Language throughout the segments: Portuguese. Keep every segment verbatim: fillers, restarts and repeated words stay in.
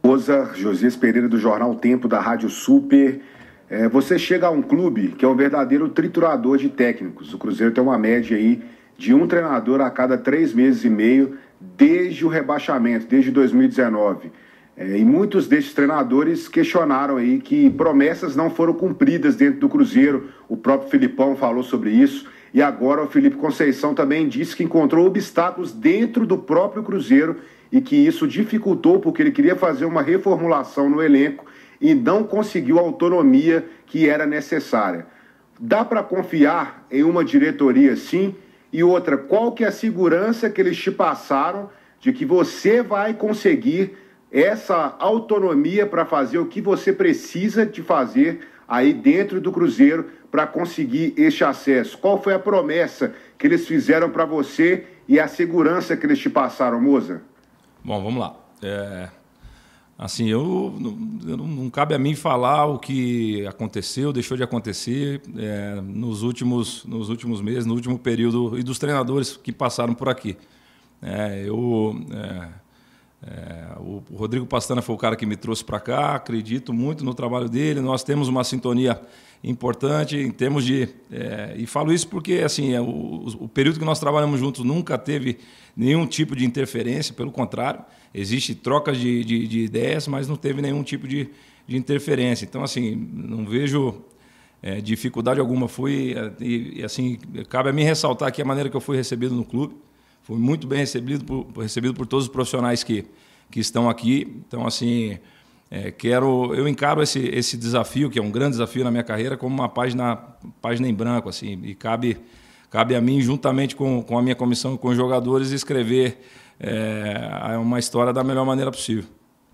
Moza, Josias Pereira do Jornal Tempo, da Rádio Super. É, você chega a um clube que é um verdadeiro triturador de técnicos. O Cruzeiro tem uma média aí de um treinador a cada três meses e meio desde o rebaixamento, desde dois mil e dezenove. É, e muitos desses treinadores questionaram aí que promessas não foram cumpridas dentro do Cruzeiro. O próprio Filipão falou sobre isso. E agora o Felipe Conceição também disse que encontrou obstáculos dentro do próprio Cruzeiro e que isso dificultou porque ele queria fazer uma reformulação no elenco e não conseguiu a autonomia que era necessária. Dá para confiar em uma diretoria sim? E outra, qual que é a segurança que eles te passaram de que você vai conseguir essa autonomia para fazer o que você precisa de fazer aí dentro do Cruzeiro para conseguir este acesso? Qual foi a promessa que eles fizeram para você e a segurança que eles te passaram, Moza? Bom, vamos lá. É, assim, eu, eu não, não cabe a mim falar o que aconteceu, deixou de acontecer é, nos, últimos, nos últimos meses, no último período, e dos treinadores que passaram por aqui. É, eu, é, é, o Rodrigo Pastana foi o cara que me trouxe para cá, acredito muito no trabalho dele, nós temos uma sintonia importante em termos de... É, e falo isso porque assim, é, o, o período que nós trabalhamos juntos nunca teve nenhum tipo de interferência, pelo contrário, existe troca de, de, de ideias, mas não teve nenhum tipo de, de interferência. Então, assim, não vejo é, dificuldade alguma. Fui, e, e assim, cabe a mim ressaltar aqui a maneira que eu fui recebido no clube. Fui muito bem recebido por, recebido por todos os profissionais que, que estão aqui. Então, assim... É, quero, eu encaro esse, esse desafio, que é um grande desafio na minha carreira, como uma página, página em branco, assim, e cabe, cabe a mim, juntamente com, com a minha comissão e com os jogadores, escrever é, uma história da melhor maneira possível.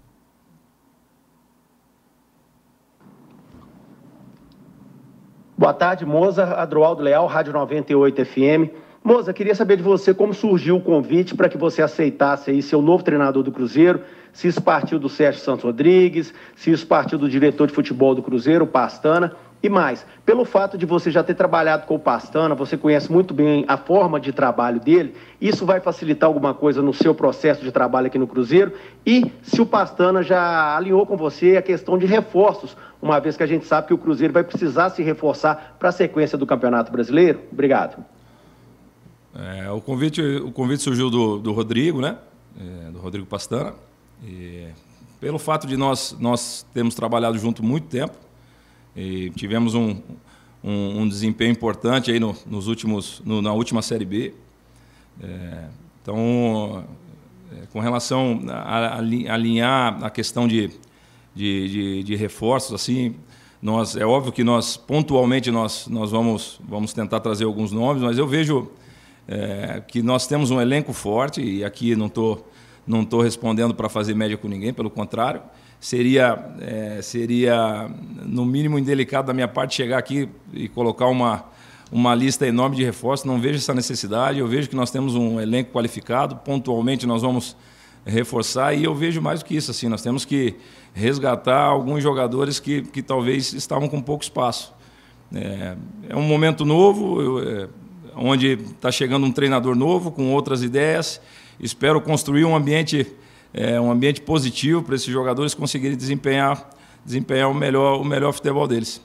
Boa tarde, Moza, Adroaldo Leal, Rádio noventa e oito F M. Moza, queria saber de você como surgiu o convite para que você aceitasse aí ser o novo treinador do Cruzeiro, se isso partiu do Sérgio Santos Rodrigues, se isso partiu do diretor de futebol do Cruzeiro, o Pastana, e mais, pelo fato de você já ter trabalhado com o Pastana, você conhece muito bem a forma de trabalho dele, isso vai facilitar alguma coisa no seu processo de trabalho aqui no Cruzeiro? E se o Pastana já alinhou com você a questão de reforços, uma vez que a gente sabe que o Cruzeiro vai precisar se reforçar para a sequência do Campeonato Brasileiro? Obrigado. É, o, convite, o convite surgiu do, do Rodrigo, né? É, do Rodrigo Pastana. E, pelo fato de nós, nós termos trabalhado junto muito tempo, e tivemos um, um, um desempenho importante aí no, nos últimos, no, na última Série B. É, então, é, com relação a, a alinhar a questão de, de, de, de reforços, assim, nós, é óbvio que nós, pontualmente, nós, nós vamos, vamos tentar trazer alguns nomes, mas eu vejo é, que nós temos um elenco forte, e aqui não estou não estou respondendo para fazer média com ninguém, pelo contrário, seria, é, seria no mínimo indelicado da minha parte chegar aqui e colocar uma, uma lista enorme de reforços, não vejo essa necessidade, eu vejo que nós temos um elenco qualificado, pontualmente nós vamos reforçar, e eu vejo mais do que isso, assim, nós temos que resgatar alguns jogadores que, que talvez estavam com pouco espaço. É, é um momento novo, eu, é, onde está chegando um treinador novo, com outras ideias. Espero construir um ambiente, é, um ambiente positivo para esses jogadores conseguirem desempenhar, desempenhar o melhor, o melhor futebol deles.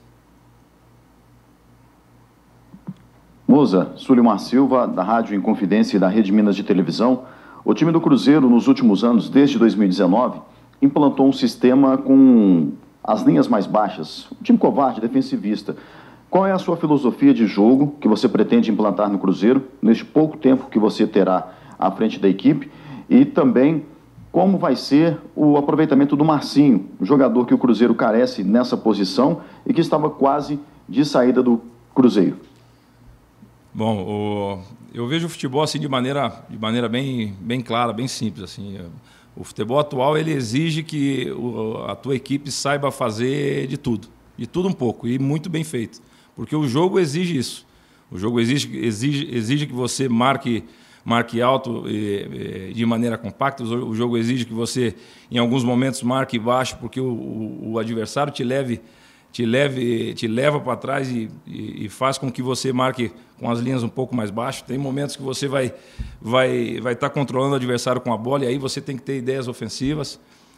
Moza, Sulimar Silva, da Rádio Inconfidência e da Rede Minas de Televisão. O time do Cruzeiro, nos últimos anos, desde dois mil e dezenove, implantou um sistema com as linhas mais baixas, um time covarde, defensivista. Qual é a sua filosofia de jogo que você pretende implantar no Cruzeiro, neste pouco tempo que você terá à frente da equipe, e também como vai ser o aproveitamento do Marcinho, um jogador que o Cruzeiro carece nessa posição e que estava quase de saída do Cruzeiro? Bom, o, eu vejo o futebol assim de maneira, de maneira bem, bem clara, bem simples. Assim. O futebol atual ele exige que o, a tua equipe saiba fazer de tudo, de tudo um pouco, e muito bem feito, porque o jogo exige isso. O jogo exige, exige, exige que você marque marque alto e, e, de maneira compacta. O jogo exige que você, em alguns momentos, marque baixo, porque o, o, o adversário te leve, te leve, te leva para trás e, e, e faz com que você marque com as linhas um pouco mais baixo. Tem momentos que você vai vai vai estar controlando o adversário com a bola, e aí você tem que ter ideias ofensivas.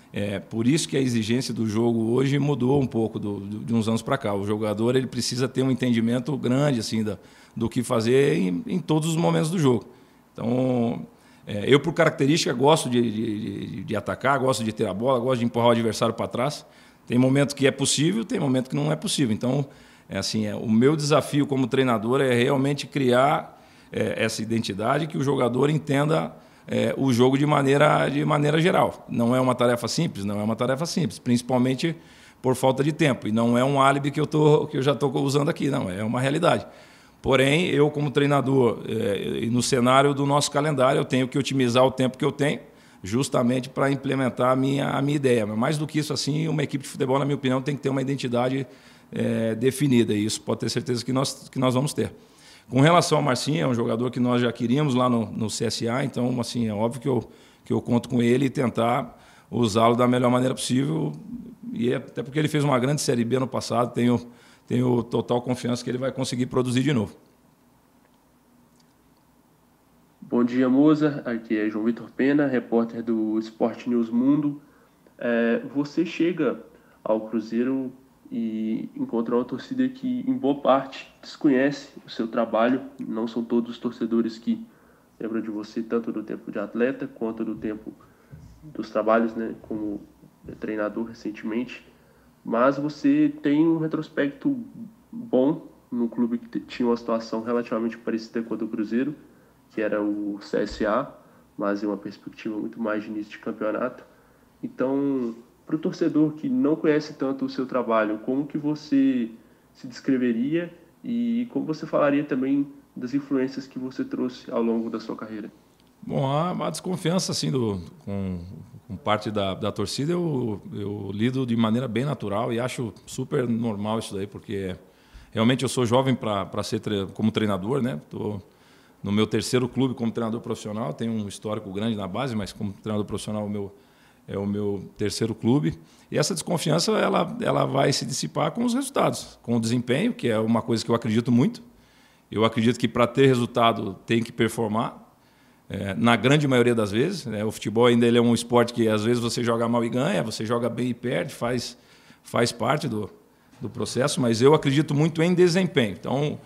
É, por isso que a exigência do jogo hoje mudou um pouco do, do, de uns anos para cá. O jogador ele precisa ter um entendimento grande assim, da, do que fazer em, em todos os momentos do jogo. Então, é, eu, por característica, gosto de, de, de, de atacar, gosto de ter a bola, gosto de empurrar o adversário para trás. Tem momentos que é possível, tem momentos que não é possível. Então, é assim, é, o meu desafio como treinador é realmente criar é, essa identidade que o jogador entenda É, o jogo de maneira, de maneira geral. Não é uma tarefa simples, não é uma tarefa simples, principalmente por falta de tempo. E não é um álibi que eu, tô, que eu já estou usando aqui, não, é uma realidade. Porém, eu como treinador, é, no cenário do nosso calendário, eu tenho que otimizar o tempo que eu tenho, justamente para implementar a minha, a minha ideia. Mas mais do que isso, assim, uma equipe de futebol, na minha opinião, tem que ter uma identidade é, definida. E isso pode ter certeza que nós, que nós vamos ter. Com relação ao Marcinho, é um jogador que nós já queríamos lá no, no C S A, então assim, é óbvio que eu, que eu conto com ele e tentar usá-lo da melhor maneira possível, e é, até porque ele fez uma grande Série B no passado, tenho, tenho total confiança que ele vai conseguir produzir de novo. Bom dia, Moza. Aqui é João Vitor Pena, repórter do Sport News Mundo. É, você chega ao Cruzeiro e encontrar uma torcida que, em boa parte, desconhece o seu trabalho. Não são todos os torcedores que lembram de você, tanto do tempo de atleta, quanto do tempo dos trabalhos, né, como treinador recentemente. Mas você tem um retrospecto bom no clube que tinha uma situação relativamente parecida com a do Cruzeiro, que era o C S A, mas em uma perspectiva muito mais de início de campeonato. Então, para o torcedor que não conhece tanto o seu trabalho, como que você se descreveria e como você falaria também das influências que você trouxe ao longo da sua carreira? Bom, a, a desconfiança assim, do, com, com parte da, da torcida eu, eu lido de maneira bem natural e acho super normal isso daí, porque realmente eu sou jovem para ser tre- como treinador, né? Tô no meu terceiro clube como treinador profissional, tenho um histórico grande na base, mas como treinador profissional o meu é o meu terceiro clube, e essa desconfiança ela, ela vai se dissipar com os resultados, com o desempenho, que é uma coisa que eu acredito muito. Eu acredito que para ter resultado tem que performar, é, na grande maioria das vezes. Né? O futebol ainda ele é um esporte que às vezes você joga mal e ganha, você joga bem e perde, faz, faz parte do, do processo, mas eu acredito muito em desempenho. Então,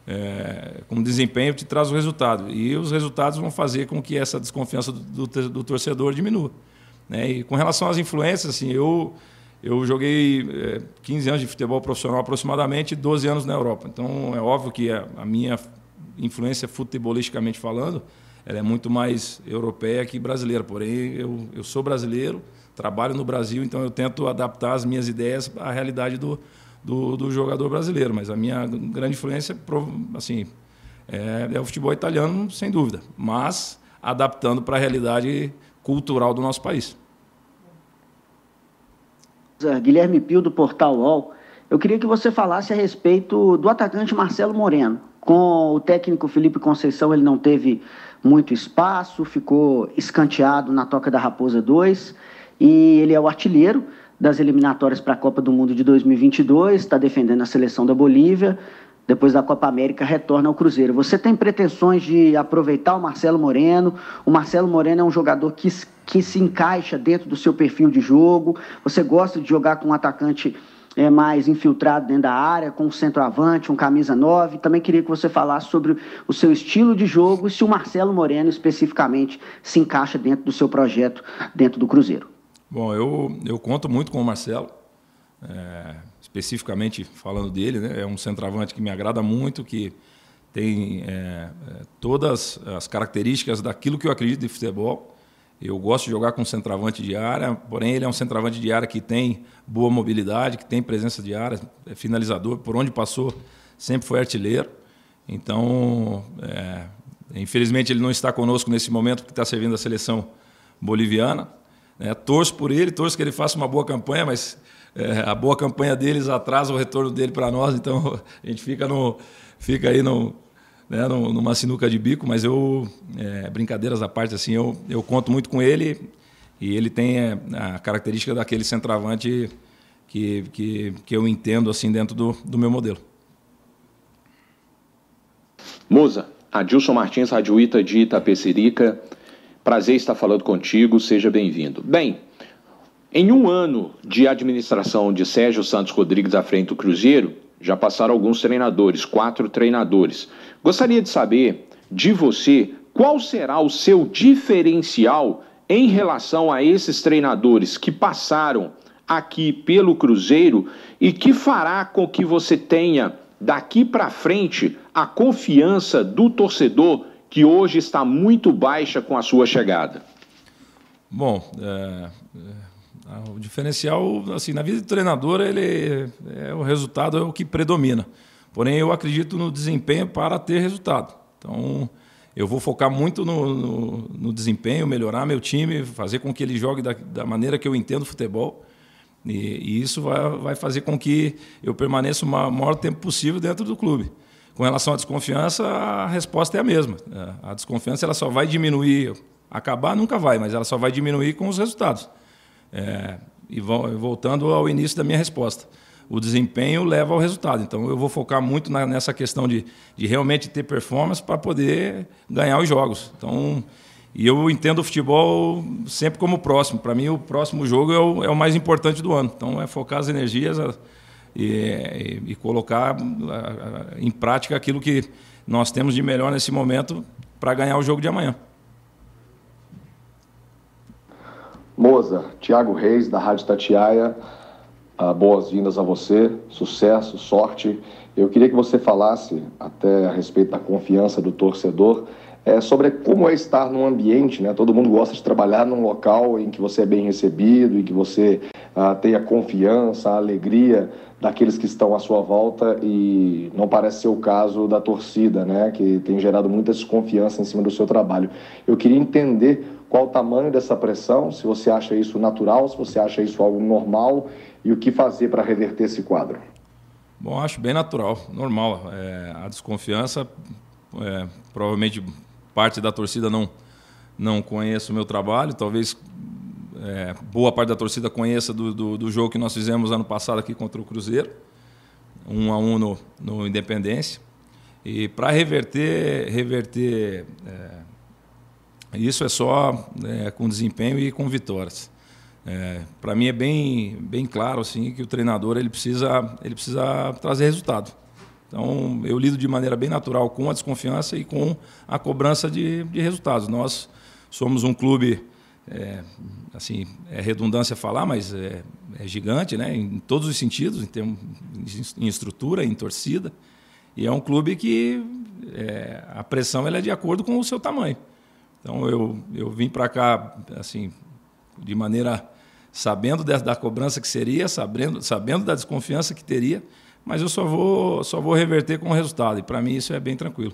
é, com desempenho te traz o resultado, e os resultados vão fazer com que essa desconfiança do, do, do torcedor diminua. Né? E com relação às influências, assim, eu, eu joguei é, quinze anos de futebol profissional aproximadamente, doze anos na Europa. Então, é óbvio que a, a minha influência futebolisticamente falando, ela é muito mais europeia que brasileira. Porém, eu, eu sou brasileiro, trabalho no Brasil, então eu tento adaptar as minhas ideias à realidade do, do, do jogador brasileiro. Mas a minha grande influência assim, é, é o futebol italiano, sem dúvida, mas adaptando para a realidade cultural do nosso país. Guilherme Pio, do Portal U O L. Eu queria que você falasse a respeito do atacante Marcelo Moreno. Com o técnico Felipe Conceição, ele não teve muito espaço, ficou escanteado na Toca da Raposa dois, e ele é o artilheiro das eliminatórias para a Copa do Mundo de dois mil e vinte e dois, está defendendo a seleção da Bolívia. Depois da Copa América, retorna ao Cruzeiro. Você tem pretensões de aproveitar o Marcelo Moreno? O Marcelo Moreno é um jogador que, que se encaixa dentro do seu perfil de jogo. Você gosta de jogar com um atacante é, mais infiltrado dentro da área, com um centroavante, um camisa nove. Também queria que você falasse sobre o seu estilo de jogo e se o Marcelo Moreno, especificamente, se encaixa dentro do seu projeto dentro do Cruzeiro. Bom, eu, eu conto muito com o Marcelo. É... Especificamente falando dele, né? É um centroavante que me agrada muito, que tem é, todas as características daquilo que eu acredito de futebol. Eu gosto de jogar com centroavante de área, porém ele é um centroavante de área que tem boa mobilidade, que tem presença de área, é finalizador, por onde passou sempre foi artilheiro. Então, é, infelizmente ele não está conosco nesse momento porque está servindo a seleção boliviana. Né? Torço por ele, torço que ele faça uma boa campanha, mas É, a boa campanha deles atrasa o retorno dele para nós, então a gente fica, no, fica aí no, né, no, numa sinuca de bico, mas eu, é, brincadeiras à parte, assim, eu, eu conto muito com ele e ele tem é, a característica daquele centroavante que, que, que eu entendo assim, dentro do, do meu modelo. Moza, Adilson Martins, Radioíta de Itapecerica, prazer estar falando contigo, seja bem-vindo. Bem, Em um ano de administração de Sérgio Santos Rodrigues à frente do Cruzeiro, já passaram alguns treinadores, quatro treinadores. Gostaria de saber de você qual será o seu diferencial em relação a esses treinadores que passaram aqui pelo Cruzeiro e que fará com que você tenha daqui para frente a confiança do torcedor que hoje está muito baixa com a sua chegada. Bom, é, é, o diferencial, assim, na vida do treinador, ele é, o resultado é o que predomina. Porém, eu acredito no desempenho para ter resultado. Então, eu vou focar muito no, no, no desempenho, melhorar meu time, fazer com que ele jogue da, da maneira que eu entendo futebol. E, e isso vai, vai fazer com que eu permaneça o maior tempo possível dentro do clube. Com relação à desconfiança, a resposta é a mesma. A desconfiança ela só vai diminuir, acabar nunca vai, mas ela só vai diminuir com os resultados. É, e voltando ao início da minha resposta, o desempenho leva ao resultado. Então eu vou focar muito na, nessa questão de, de realmente ter performance para poder ganhar os jogos. Então, e eu entendo o futebol sempre como próximo. Para mim, o próximo jogo é o, é o mais importante do ano. Então, é focar as energias a, e, e, e colocar a, a, em prática aquilo que nós temos de melhor nesse momento para ganhar o jogo de amanhã. Moza, Thiago Reis, da Rádio Itatiaia, uh, boas-vindas a você, sucesso, sorte. Eu queria que você falasse até a respeito da confiança do torcedor, É, sobre como é estar num ambiente, né? Todo mundo gosta de trabalhar num local em que você é bem recebido, em que você ah, tenha confiança, a alegria daqueles que estão à sua volta, e não parece ser o caso da torcida, né? Que tem gerado muita desconfiança em cima do seu trabalho. Eu queria entender qual o tamanho dessa pressão, se você acha isso natural, se você acha isso algo normal, e o que fazer para reverter esse quadro. Bom, acho bem natural, normal. É, a desconfiança, é, provavelmente... parte da torcida não, não conhece o meu trabalho, talvez é, boa parte da torcida conheça do, do, do jogo que nós fizemos ano passado aqui contra o Cruzeiro, um a um no, no Independência. E para reverter, reverter é, isso é só é, com desempenho e com vitórias. É, para mim é bem, bem claro assim, que o treinador ele precisa, ele precisa trazer resultado. Então, eu lido de maneira bem natural com a desconfiança e com a cobrança de, de resultados. Nós somos um clube, é, assim, é redundância falar, mas é, é gigante, né, em todos os sentidos, em, termos, em estrutura, em torcida. E é um clube que é, a pressão ela é de acordo com o seu tamanho. Então, eu, eu vim para cá assim, de maneira sabendo da, da cobrança que seria, sabendo, sabendo da desconfiança que teria, mas eu só vou, só vou reverter com o resultado, e para mim isso é bem tranquilo.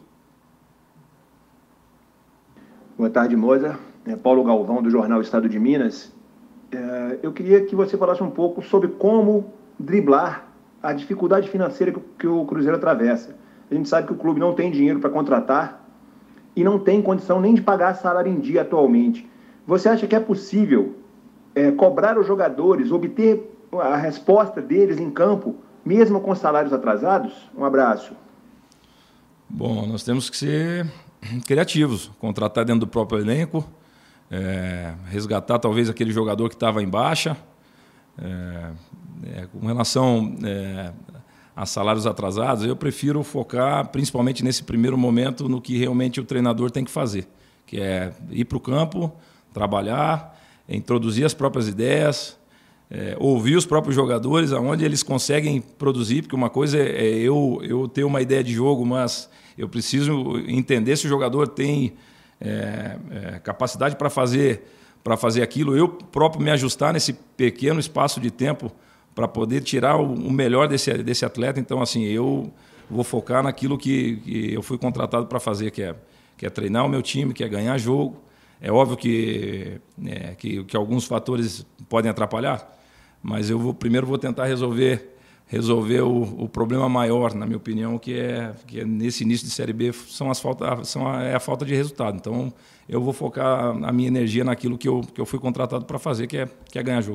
Boa tarde, Moza. É Paulo Galvão, do Jornal Estado de Minas. É, eu queria que você falasse um pouco sobre como driblar a dificuldade financeira que, que o Cruzeiro atravessa. A gente sabe que o clube não tem dinheiro para contratar e não tem condição nem de pagar salário em dia atualmente. Você acha que é possível é, cobrar os jogadores, obter a resposta deles em campo, mesmo com salários atrasados? Um abraço. Bom, nós temos que ser criativos, contratar dentro do próprio elenco, é, resgatar talvez aquele jogador que estava em baixa. É, é, com relação é, a salários atrasados, eu prefiro focar principalmente nesse primeiro momento no que realmente o treinador tem que fazer, que é ir para o campo, trabalhar, introduzir as próprias ideias, É, ouvir os próprios jogadores, aonde eles conseguem produzir, porque uma coisa é, é eu, eu ter uma ideia de jogo, mas eu preciso entender se o jogador tem é, é, capacidade para fazer, para fazer aquilo, eu próprio me ajustar nesse pequeno espaço de tempo para poder tirar o, o melhor desse, desse atleta. Então, assim, eu vou focar naquilo que, que eu fui contratado para fazer, que é, que é treinar o meu time, que é ganhar jogo. É óbvio que, é, que, que alguns fatores podem atrapalhar, mas eu vou, primeiro vou tentar resolver, resolver o, o problema maior, na minha opinião, que é, que é nesse início de Série B, são as falta, são a, é a falta de resultado. Então, eu vou focar a minha energia naquilo que eu, que eu fui contratado para fazer, que é, que é ganhar jogo.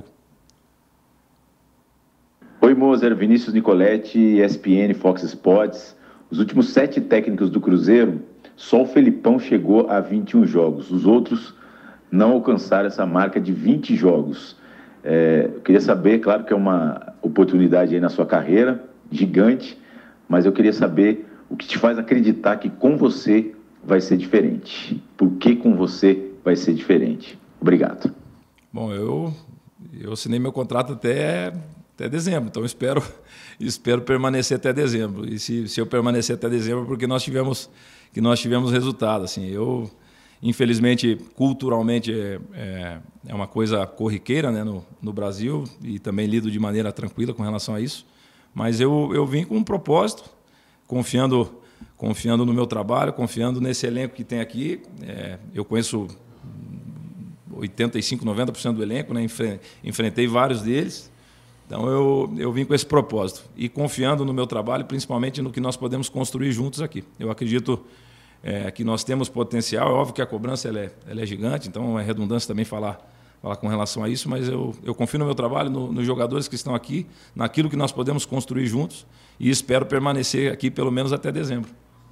Oi, Mozer, Vinícius Nicoletti, E S P N, Fox Sports. Os últimos sete técnicos do Cruzeiro, só o Felipão chegou a vinte e um jogos. Os outros não alcançaram essa marca de vinte jogos. É, eu queria saber, claro que é uma oportunidade aí na sua carreira, gigante, mas eu queria saber o que te faz acreditar que com você vai ser diferente. Por que com você vai ser diferente? Obrigado. Bom, eu, eu assinei meu contrato até, até dezembro, então eu espero, espero permanecer até dezembro. E se, se eu permanecer até dezembro, é porque nós tivemos, que nós tivemos resultado. Assim, eu, infelizmente, culturalmente, é, é, é uma coisa corriqueira, né, no, no Brasil, e também lido de maneira tranquila com relação a isso. Mas eu, eu vim com um propósito, confiando, confiando no meu trabalho, confiando nesse elenco que tem aqui. É, eu conheço oitenta e cinco, noventa por cento do elenco, né? Enfrentei vários deles. Então, eu, eu vim com esse propósito. E confiando no meu trabalho, principalmente no que nós podemos construir juntos aqui. Eu acredito é, que nós temos potencial. É óbvio que a cobrança ela é, ela é gigante, então é redundância também falar, falar com relação a isso, mas eu, eu confio no meu trabalho, no, nos jogadores que estão aqui, naquilo que nós podemos construir juntos, e espero permanecer aqui pelo menos até dezembro.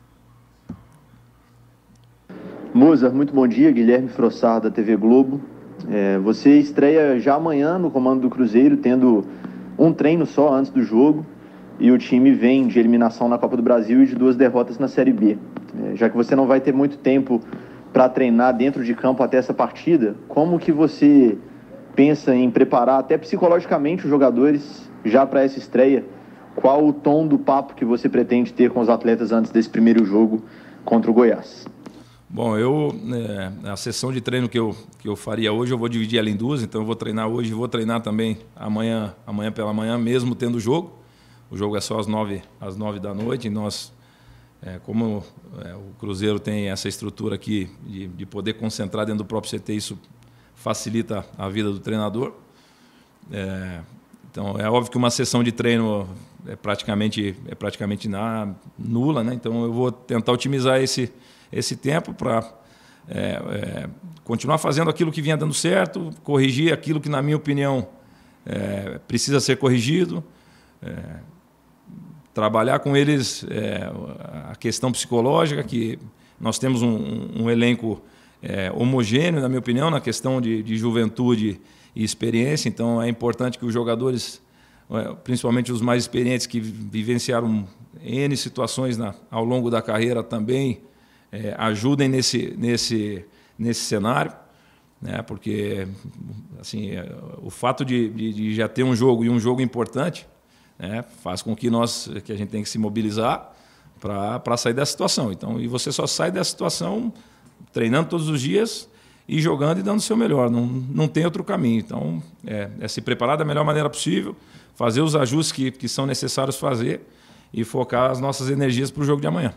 Musa, muito bom dia. Guilherme Frossar, da T V Globo. É, você estreia já amanhã no comando do Cruzeiro, tendo um treino só antes do jogo, e o time vem de eliminação na Copa do Brasil e de duas derrotas na Série B. É, já que você não vai ter muito tempo para treinar dentro de campo até essa partida, como que você pensa em preparar até psicologicamente os jogadores já para essa estreia? Qual o tom do papo que você pretende ter com os atletas antes desse primeiro jogo contra o Goiás? Bom, eu, é, a sessão de treino que eu, que eu faria hoje, eu vou dividir ela em duas, então eu vou treinar hoje e vou treinar também amanhã, amanhã pela manhã, mesmo tendo jogo. O jogo é só às nove, às nove da noite, e nós, é, como é, o Cruzeiro tem essa estrutura aqui de, de poder concentrar dentro do próprio C T, isso facilita a vida do treinador. É, então, é óbvio que uma sessão de treino é praticamente, é praticamente na, nula, né? Então eu vou tentar otimizar esse, esse tempo para é, é, continuar fazendo aquilo que vinha dando certo, corrigir aquilo que, na minha opinião, é, precisa ser corrigido, é, trabalhar com eles é, a questão psicológica, que nós temos um, um, um elenco é, homogêneo, na minha opinião, na questão de, de juventude e experiência. Então é importante que os jogadores, principalmente os mais experientes, que vivenciaram N situações na, ao longo da carreira, também é, ajudem nesse, nesse, nesse cenário, né? Porque assim, o fato de, de, de já ter um jogo e um jogo importante, né, faz com que nós que a gente tem que se mobilizar para sair dessa situação. Então, e você só sai dessa situação treinando todos os dias e jogando e dando o seu melhor. Não, não tem outro caminho. Então, é, é se preparar da melhor maneira possível, fazer os ajustes que, que são necessários fazer e focar as nossas energias para o jogo de amanhã.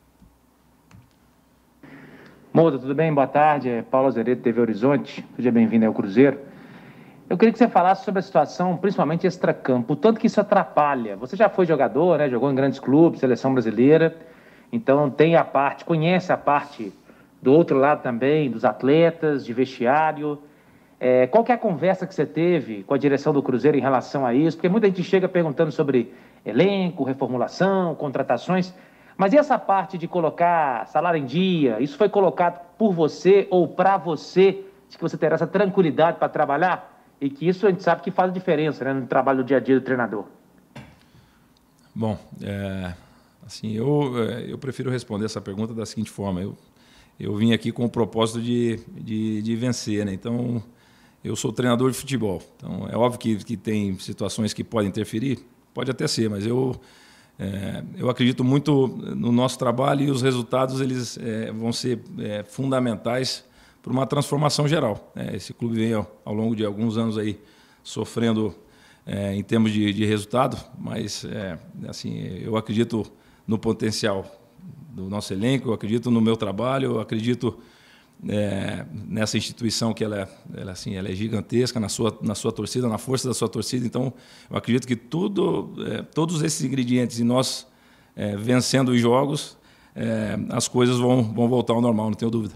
Moura, tudo bem? Boa tarde. É Paulo Azeredo, T V Horizonte. Seja bem-vindo ao Cruzeiro. Eu queria que você falasse sobre a situação, principalmente extracampo, o tanto que isso atrapalha. Você já foi jogador, né? Jogou em grandes clubes, seleção brasileira, então tem a parte, conhece a parte do outro lado também, dos atletas, de vestiário. É, qual que é a conversa que você teve com a direção do Cruzeiro em relação a isso? Porque muita gente chega perguntando sobre elenco, reformulação, contratações, mas e essa parte de colocar salário em dia? Isso foi colocado por você ou para você, de que você terá essa tranquilidade para trabalhar? E que isso a gente sabe que faz diferença, né, no trabalho do dia a dia do treinador. Bom, é, assim, eu, eu prefiro responder essa pergunta da seguinte forma. Eu, eu vim aqui com o propósito de, de, de vencer, né? Então, eu sou treinador de futebol. Então, é óbvio que, que tem situações que podem interferir, pode até ser, mas eu, é, eu acredito muito no nosso trabalho, e os resultados eles, é, vão ser é, fundamentais para uma transformação geral. É, esse clube vem ao, ao longo de alguns anos aí sofrendo é, em termos de, de resultado, mas é, assim, eu acredito no potencial do nosso elenco, eu acredito no meu trabalho, eu acredito é, nessa instituição que ela é, ela, assim, ela é gigantesca, na sua, na sua torcida, na força da sua torcida. Então, eu acredito que tudo, é, todos esses ingredientes, e nós é, vencendo os jogos, é, as coisas vão, vão voltar ao normal, não tenho dúvida.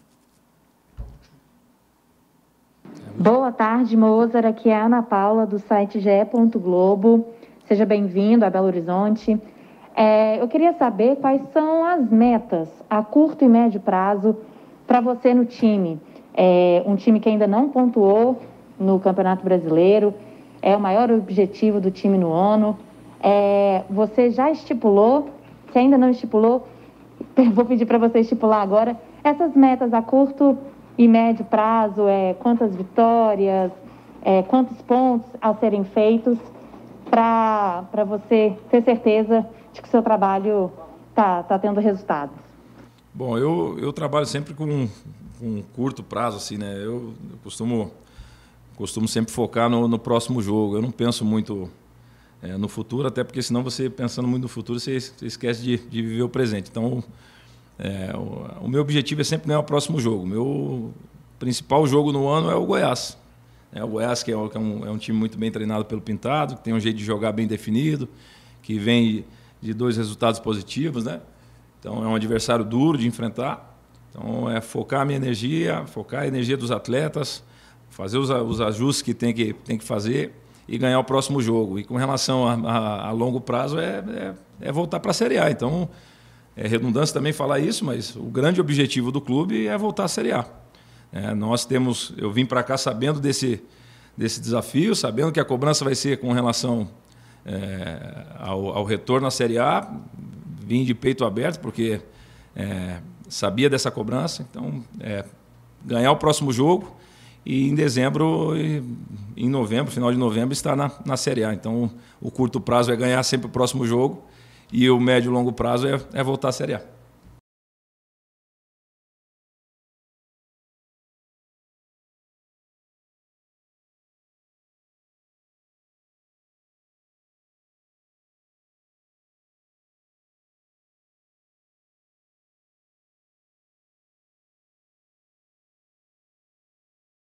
Boa tarde, Mozart. Aqui é a Ana Paula, do site G E ponto Globo. Seja bem-vindo a Belo Horizonte. É, eu queria saber quais são as metas a curto e médio prazo para você no time. É, um time que ainda não pontuou no Campeonato Brasileiro, é o maior objetivo do time no ano. É, você já estipulou, se ainda não estipulou, vou pedir para você estipular agora, essas metas a curto e médio prazo, é, quantas vitórias, é, quantos pontos a serem feitos, para você ter certeza de que o seu trabalho está tá tendo resultados. Bom, eu, eu trabalho sempre com, com um curto prazo, assim, né? Eu, eu costumo, costumo sempre focar no, no próximo jogo. Eu não penso muito é, no futuro, até porque senão você, pensando muito no futuro, você, você esquece de, de viver o presente. Então, é, o, o meu objetivo é sempre ganhar o próximo jogo. O meu principal jogo no ano é o Goiás. É, o Goiás, que, é, que é, um, é um time muito bem treinado pelo Pintado, que tem um jeito de jogar bem definido, que vem de dois resultados positivos, né? Então, é um adversário duro de enfrentar. Então, é focar a minha energia, focar a energia dos atletas, fazer os, os ajustes que tem, que tem que fazer e ganhar o próximo jogo. E com relação a, a, a longo prazo, é, é, é voltar para a Série A. Então, é redundância também falar isso, mas o grande objetivo do clube é voltar à Série A. É, nós temos, eu vim para cá sabendo desse, desse desafio, sabendo que a cobrança vai ser com relação é, ao, ao retorno à Série A. Vim de peito aberto, porque é, sabia dessa cobrança. Então, é, ganhar o próximo jogo e em dezembro, e, em novembro, final de novembro, estar na, na Série A. Então, o curto prazo é ganhar sempre o próximo jogo e o médio e longo prazo é, é voltar à Série A.